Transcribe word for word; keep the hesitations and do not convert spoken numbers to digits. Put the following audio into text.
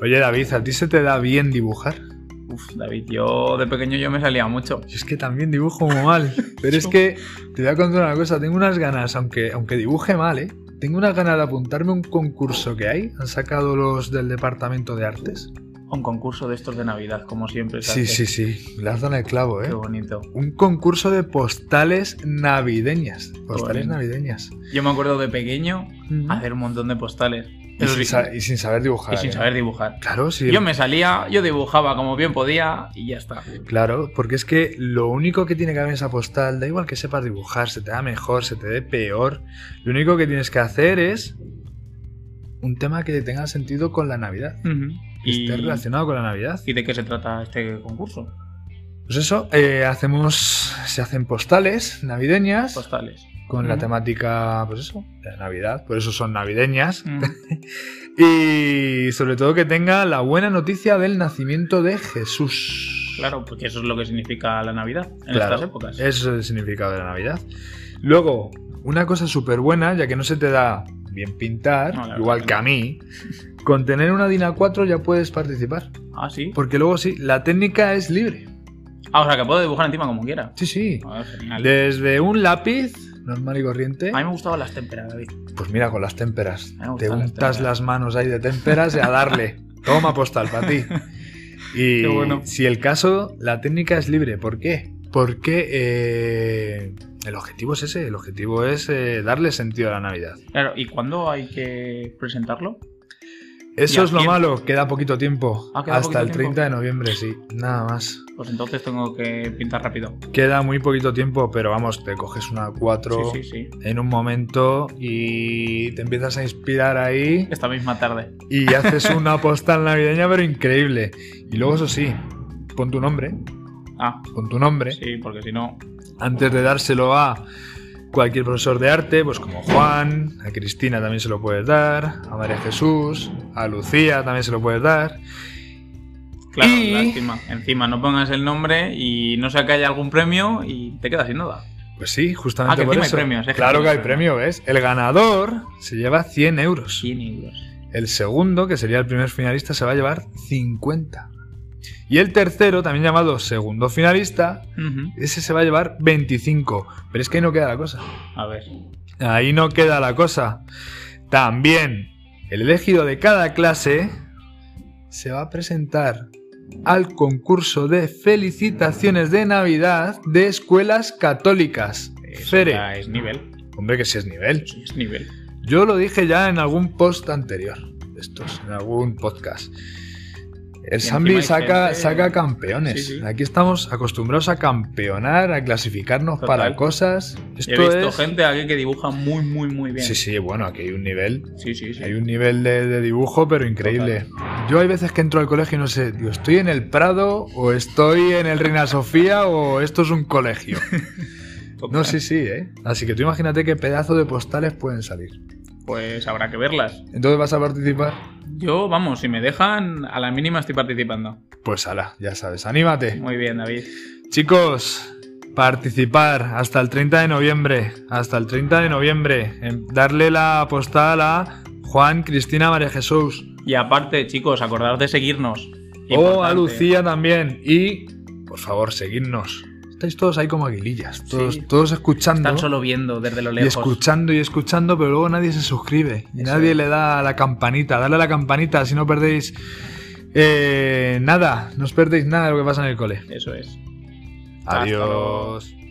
Oye, David, ¿a ti se te da bien dibujar? Uf, David, yo de pequeño yo me salía mucho. Yo es que también dibujo muy mal. Pero es que te voy a contar una cosa. Tengo unas ganas, aunque, aunque dibuje mal, ¿eh? Tengo unas ganas de apuntarme a un concurso que hay. Han sacado los del Departamento de Artes. Un concurso de estos de Navidad, como siempre. Se Sí, hace. sí, sí. Le has dado en el clavo, ¿eh? Qué bonito. Un concurso de postales navideñas. Postales Bueno. navideñas. Yo me acuerdo de pequeño Ujú. hacer un montón de postales. Y sin, sa- y sin saber dibujar. y sin ¿eh? saber dibujar. Claro, sí. Yo me salía, yo dibujaba como bien podía y ya está. Claro, porque es que lo único que tiene que haber en esa postal, da igual que sepas dibujar, se te da mejor, se te dé peor, lo único que tienes que hacer es un tema que tenga sentido con la Navidad, Ujú. que y, esté relacionado con la Navidad. ¿Y de qué se trata este concurso? Pues eso, eh, hacemos, se hacen postales navideñas Postales. con la Ujú. temática, pues eso, de la Navidad, por eso son navideñas. Ujú. Y sobre todo que tenga la buena noticia del nacimiento de Jesús. Claro, porque eso es lo que significa la Navidad en Claro, estas épocas. Eso es el significado de la Navidad. Luego, una cosa súper buena, ya que no se te da bien pintar, No, la igual verdad que que a mí, con tener una DIN A cuatro ya puedes participar. Ah, sí. Porque luego sí, la técnica es libre. Ah, o sea, que puedo dibujar encima como quiera. Sí, sí. Ah, genial. Desde un lápiz normal y corriente, A mí me gustaban las témperas, David. pues mira, con las témperas. Me gustan Te las untas témperas. las manos ahí de témperas y a darle. Toma postal para ti. Y Qué bueno. si el caso, la técnica es libre. ¿Por qué? Porque eh, el objetivo es ese. El objetivo es eh, darle sentido a la Navidad. Claro, ¿y cuándo hay que presentarlo? Eso ¿Y a es lo quién? malo. Queda poquito tiempo. Ah, queda Hasta poquito el tiempo. treinta de noviembre, sí. Nada más. Pues entonces tengo que pintar rápido. Queda muy poquito tiempo, pero vamos, te coges una cuatro Sí, sí, sí. en un momento y te empiezas a inspirar ahí. Esta misma tarde. Y haces una postal navideña, pero increíble. Y luego, eso sí, pon tu nombre. Ah, Pon tu nombre. sí, porque si no... Antes de dárselo a cualquier profesor de arte, pues como Juan, a Cristina también se lo puedes dar, a María Jesús, a Lucía también se lo puedes dar. Claro, Y- lástima. Encima no pongas el nombre y no sea que haya algún premio y te quedas sin nada. Pues sí, justamente Ah, que por encima hay eso. premios, es que Claro que encima hay hay premio, ¿ves? El ganador se lleva cien euros. cien euros. El segundo, que sería el primer finalista, se va a llevar cincuenta. Y el tercero, también llamado segundo finalista, Ujú. ese se va a llevar veinticinco. Pero es que ahí no queda la cosa. A ver. Ahí no queda la cosa. También, el elegido de cada clase se va a presentar al concurso de felicitaciones de Navidad de escuelas católicas. Eso Fere. ya es nivel. Hombre, que si es nivel. Sí, es nivel. Yo lo dije ya en algún post anterior de estos, en algún podcast. El Y Sambi encima hay saca, gente- saca campeones. Sí, sí. Aquí estamos acostumbrados a campeonar, a clasificarnos Total. para cosas. He Esto visto es... gente aquí que dibuja muy, muy, muy bien. Sí, sí, bueno, aquí hay un nivel. Sí, sí, sí. Hay un nivel de, de dibujo, pero increíble. Yo hay veces que entro al colegio y no sé, digo, ¿estoy en el Prado o estoy en el Reina Sofía o esto es un colegio? No, sí, sí, ¿eh? Así que tú imagínate qué pedazo de postales pueden salir. Pues habrá que verlas. Entonces, ¿vas a participar? Yo, vamos, si me dejan, a la mínima estoy participando. Pues ala, ya sabes, anímate. Muy bien, David. Chicos, participar hasta el treinta de noviembre. Hasta el treinta de noviembre. En darle la postal a Juan, Cristina, María Jesús. Y aparte, chicos, acordaros de seguirnos. O a Importante. Lucía también. Y, por favor, seguidnos. Estáis todos ahí como aguilillas. Todos, Sí. todos escuchando. Están solo viendo desde lo Y lejos. escuchando y escuchando, pero luego nadie se suscribe. Y Eso nadie es. le da a la campanita. Dale a la campanita si no perdéis eh, nada. No os perdéis nada de lo que pasa en el cole. Eso es. Hasta luego. Adiós.